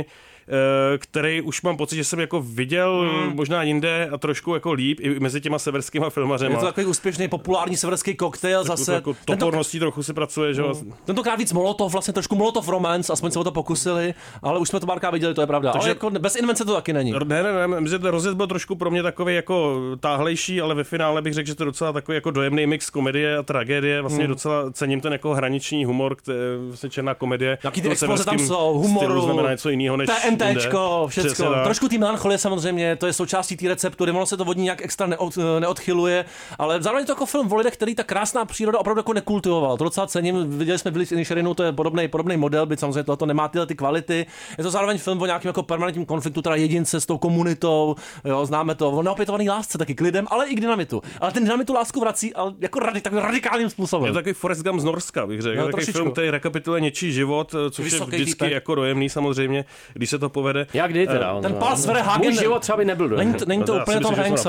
který už mám pocit, že jsem jako viděl možná jinde a trošku jako líp i mezi těma severskýma filmařema. Je to takový úspěšný populární severský koktejl zase. Jako toporností trochu se pracuje, že tentokrát víc Molotov, vlastně trošku Molotov romance, aspoň se o to pokusili, ale už jsme to párkrát viděli, to je pravda. Takže ale jako bez invence to taky není. Ne, myslím, že ten rozjezd byl trošku pro mě takový jako táhlejší, ale ve finále bych řekl, že to je docela takový jako dojemný mix komedie a tragédie. Vlastně docela cením ten jako hraniční humor, vlastně černá komedie. Jaký ty exploze tam jsou, humoru, znamená něco jiného než TNTčko, všecko. Trošku tý melancholie samozřejmě, to je součástí té receptury, ono se to od ní nějak extra neodchyluje, ale zároveň to jako film o lidech, který ta krásná příroda opravdu jako nekultivoval. To docela cením. Viděli jsme Village Inisherinu, to je podobný model, byť samozřejmě tohle nemá ty kvality. Je to zároveň film o nějakém jako permanentním konfliktu, teda jedince s tou komunitou, jo, známe to, o neopětovaný lásce taky k lidem, ale i k dynamitu. Ale ten dynamitu lásku vrací, ale jako takovým radikálním způsobem. Je to takový Forrest Gump z Norska, bych řekl. No, takový film, který rekapituluje něčí život, což vysoký je vždycky jako dojemný samozřejmě, když se to povede. Jak kdy teda? Ten Pál Sverhagen. Můj život třeba by nebyl dojemný. Není to úplně Tom Hanks,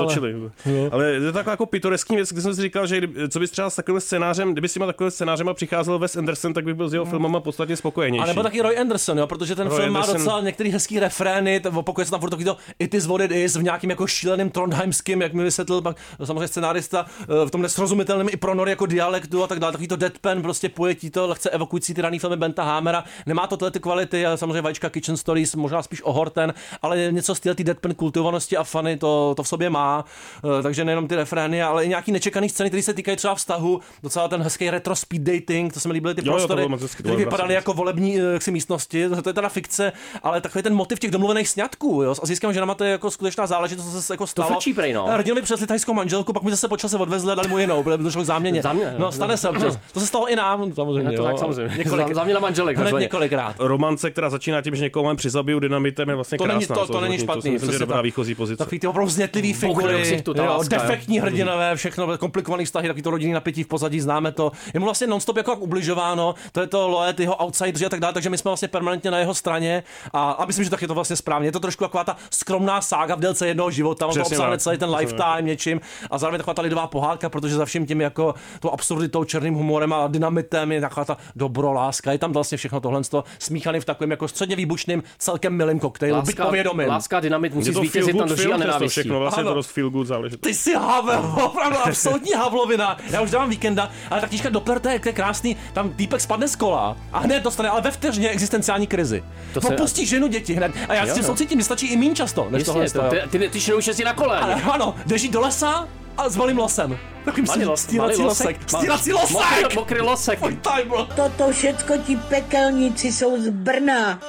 ale je to taková jako pitoreskní věc, když jsem si říkal, že co bys třeba s takovým scénářem, kdyby s těma takovým scénářem přicházel Wes Anderson, tak bych byl s jeho filmama podstatně spokojenější. A nebo taky Roy Anderson, jo, protože ten film má docela některý hezký refrény, opakuje se tam furt to It is what it is v nějakým jako šíleným trondheimským, jak mi vysvětlil pak samozřejmě scenárista, v tom nesrozumitelném i pro Nory jako dialektu a tak dále, takový to deadpan, prostě pojetí to lehce evokující ty raný filmy Benta Hamera. Nemá to tyhle ty kvality, ale samozřejmě Vajíčka Kitchen Stories, možná spíš Ohorten, ale něco z ty deadpan kultivovanosti a fany to v sobě má. Takže nejenom ty refrény, ale i nějaký nečekaný scény, které se týkají třeba vztahu, docela ten hezký retro speed dating, to se mi líbily ty prostory, které vypadaly jako volební místnosti, to je teda fikce, ale takový ten motiv těch domluvených sňatků, jo, s asijskými ženama, to je jako skutečná záležitost, co se jako stalo. To frčí prej, no. Hrdinovi přesli thajskou manželku, pak mi zase po čase odvezli a dali mu jinou, protože došlo k záměně. No, stane se občas. To se stalo i nám, samozřejmě. To tak samozřejmě. Záměna manželek, několikrát. Romance, která začíná tím, že někoho přizabiju dynamitem, je vlastně krásná. To není špatný. To je dobrá výchozí pozice. Takový ty opravdu vznětlivý figury, defektní hrdinové, všechno komplikovaný vztahy, takový to rodinný napětí v pozadí, známe to. Je mu vlastně non-stop jako ubližováno, to je to Loe, jeho outsideri a tak dále, takže my jsme vlastně permanentně na jeho straně a myslím, že tak je to vlastně správně. Je to trošku taková ta skromná sága v délce jednoho života, on to obsáhne celý ten lifetime nevyrovnaným něčím a zároveň taková ta lidová pohádka, protože za vším tím jako tou absurditou, černým humorem a dynamitem je taková ta dobroláska. Je tam vlastně všechno tohle smíchaný v takovém jako středně výbušným, celkem milým koktejlu. Byť povědomím. Láska, dynamit musí zvítězit na lži a nenávistí. Všechno vlastně to dost feel good záležitost. Ty jsi Havel, opravdu absolutní havlovina. Já už dávám víkenda, ale ta knížka Doppler, je krásný, tam týpek spadne z kola a hned dostane, ale ve vteřině existenciální krizi. Opustí ženu, děti hned. A já s tím soucítím, stačí i míň často, než tohle. Ty šedou šesti na kole. Ano, jdeš jít do lesa a s malým losem. Takovým stírací losek. Stírací losek! Mokrý losek. Toto všecko ti pekelníci jsou z Brna.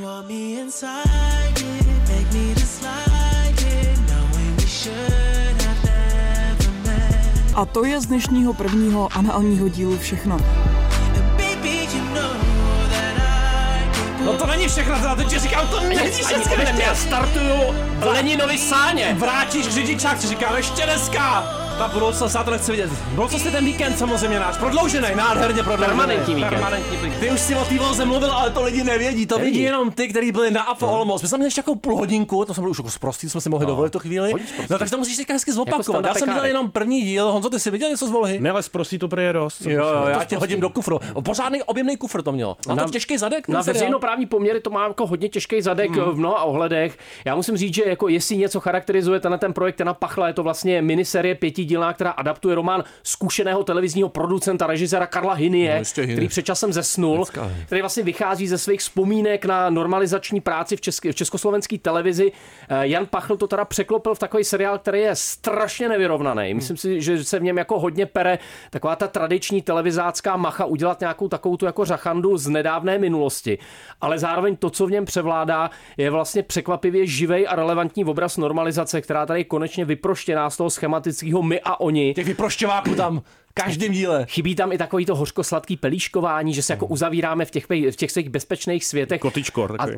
A to je z dnešního prvního análního dílu všechno. No to není všechno, teda teď říkám, to není všechno. Já startuju v Leninovi sáně. Vrátíš řidičák, co říkám, ještě dneska. Ta budoucnost, já to nechci vidět. Budoucnost je ten víkend samozřejmě náš, prodloužený, nádherně prodloužený. Permanentní víkend. Ty už si o té volze mluvil, ale to lidi nevědí, to vidí jenom ty, kteří byli na AFO Olomouc. My jsme měli ještě takovou půl hodinku, to jsme byli už jako zprostý, jsme si mohli dovolit tu chvíli. No tak to musíš teďka hezky zopakovat. Já jsem viděl jenom první díl, Honzo, ty jsi viděl něco z Volhy? Ne, ale zprostý to prý je dost. Jo, já tě hodím do kufru. Pořádný objemný kufr to mělo. Má to těžký zadek? Na veřejnoprávní poměry to má jako hodně těžký zadek v mnoha ohledech. Já musím říct, že jako jestli něco charakterizuje ten projekt Jana Pachla, je to vlastně miniserie 5dílná, která adaptuje román zkušeného televizního producenta, režiséra Karla Hynie, který před časem zesnul, který vlastně vychází ze svých vzpomínek na normalizační práci v československé televizi. Jan Pachl to teda překlopil v takový seriál, který je strašně nevyrovnaný. Myslím si, že se v něm jako hodně pere taková ta tradiční televizácká macha udělat nějakou takovou tu jako řachandu z nedávné minulosti. Ale zároveň to, co v něm převládá, je vlastně překvapivě živej a relevantní obraz normalizace, která tady konečně vyproštěná z toho schematického my a oni. Těch vyprošťováků tam každém díle. Chybí tam i takový to hořkosladký pelíškování, že se jako uzavíráme v těch svých bezpečných světech. Kotyčkor. A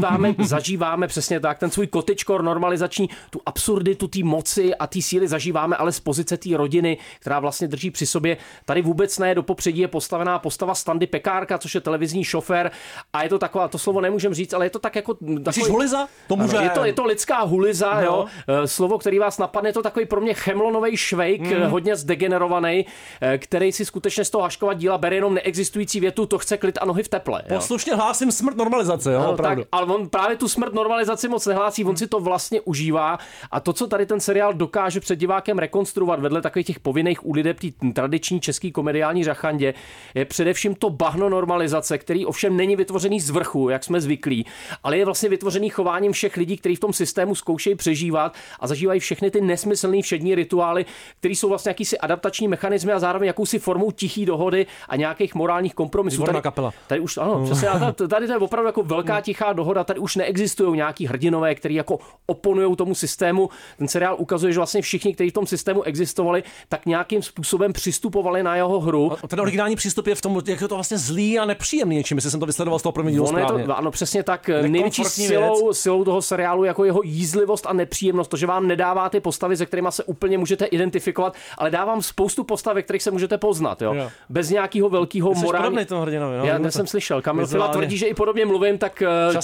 zažíváme přesně tak, ten svůj kotyčkor normalizační, tu absurditu té moci a té síly zažíváme, ale z pozice té rodiny, která vlastně drží při sobě. Tady vůbec ne, do popředí je postavená postava Standy Pekárka, což je televizní šofér, a je to taková, to slovo nemůžem říct, ale je to tak jako takový, huliza? To může. Je to lidská huliza, no. Jo. Slovo, který vás napadne, je to takový pro mě chemlonovej švejk, hodně zdegenerovaný, který si skutečně z toho Haškova díla bere jenom neexistující větu, to chce klid a nohy v teple. Poslušně hlásím smrt normalizace, jo, no, tak, ale on právě tu smrt normalizaci moc nehlásí, on si to vlastně užívá a to, co tady ten seriál dokáže před divákem rekonstruovat vedle takových těch povinných úliteb té tradiční český komediální řachandě, je především to bahno normalizace, který ovšem není vytvořený z vrchu, jak jsme zvyklí, ale je vlastně vytvořený chováním všech lidí, kteří v tom systému zkoušejí přežívat a zažívají všechny ty nesmyslné všední rituály, které jsou vlastně jakýsi adaptační mechanismy a zároveň jakousi formou tichý dohody a nějakých morálních kompromisů. Tady už ano, přesně, tady to je opravdu jako velká tichá dohoda, tady už neexistují nějaký hrdinové, kteří jako oponují tomu systému. Ten seriál ukazuje, že vlastně všichni, kteří v tom systému existovali, tak nějakým způsobem přistupovali na jeho hru. A ten originální přístup je v tom, jak je to vlastně zlý a nepříjemný něčím, jestli jsem to vysledoval z toho prvního dílu správně. Ano, přesně tak. Největší silou toho seriálu jako jeho jízlivost a nepříjemnost, to, že vám nedává ty postavy, se kterými se úplně můžete identifikovat, ale dávám spoustu postav, ve kterých se můžete poznat, jo. Bez nějakého velkého morálního. Já jsem slyšel, Kamil Fila tvrdí, že i podobně mluvím, tak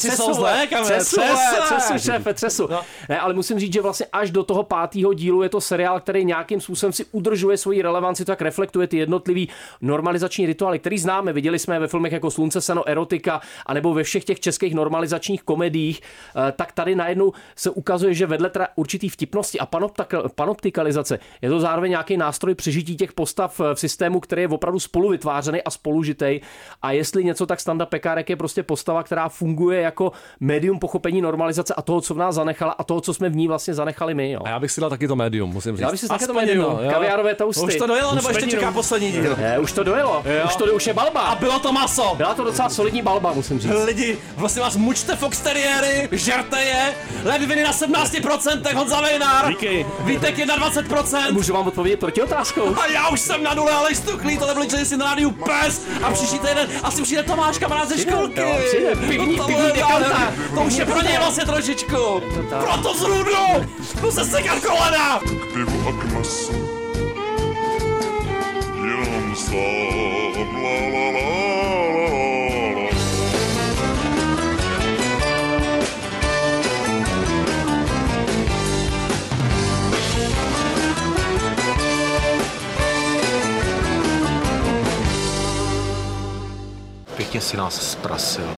třesu. Ne, ale musím říct, že vlastně až do toho 5. dílu je to seriál, který nějakým způsobem si udržuje svoji relevanci, tak reflektuje ty jednotlivý normalizační rituály, který známe. Viděli jsme ve filmech jako Slunce, seno, erotika, anebo ve všech těch českých normalizačních komediích, tak tady najednou se ukazuje, že vedle teda určitý vtipnosti a panoptikalizace je to zároveň nějaký nástroj přežití těch postav v systému, který je opravdu spolu vytvářený a spolužitej. A jestli něco, tak Standa Pekárek je prostě postava, která funguje jako médium pochopení normalizace a toho, co v nás zanechala a toho, co jsme v ní vlastně zanechali my. Jo. A já bych si dal taky to médium, musím říct. Já bych si taky to médium, kaviárové toasty. Už to dojelo, nebo ještě čeká poslední díl? Ne, už to dojelo. Už je balba. A bylo to maso. Byla to docela solidní balba, musím říct. Lidi, vlastně vás mučte fox terriéry, žerte je. Leviviny na 17%, Honza Vejnár. Díky. Vítek 21%. Můžu vám odpovědět proti otázkou. A já už jsem na dole, ale stuklý, tohle byli si na rádiu Pes a příští týden asi přijde Tomáš, kamarád ze školky. Pivní dekanta. To už je pro něj vlastně trošičku. Proto zrůdu, jdu se sekat kolena. Pivu a k masu, jenom sám, la la la la la. Pěkně si nás zprasil.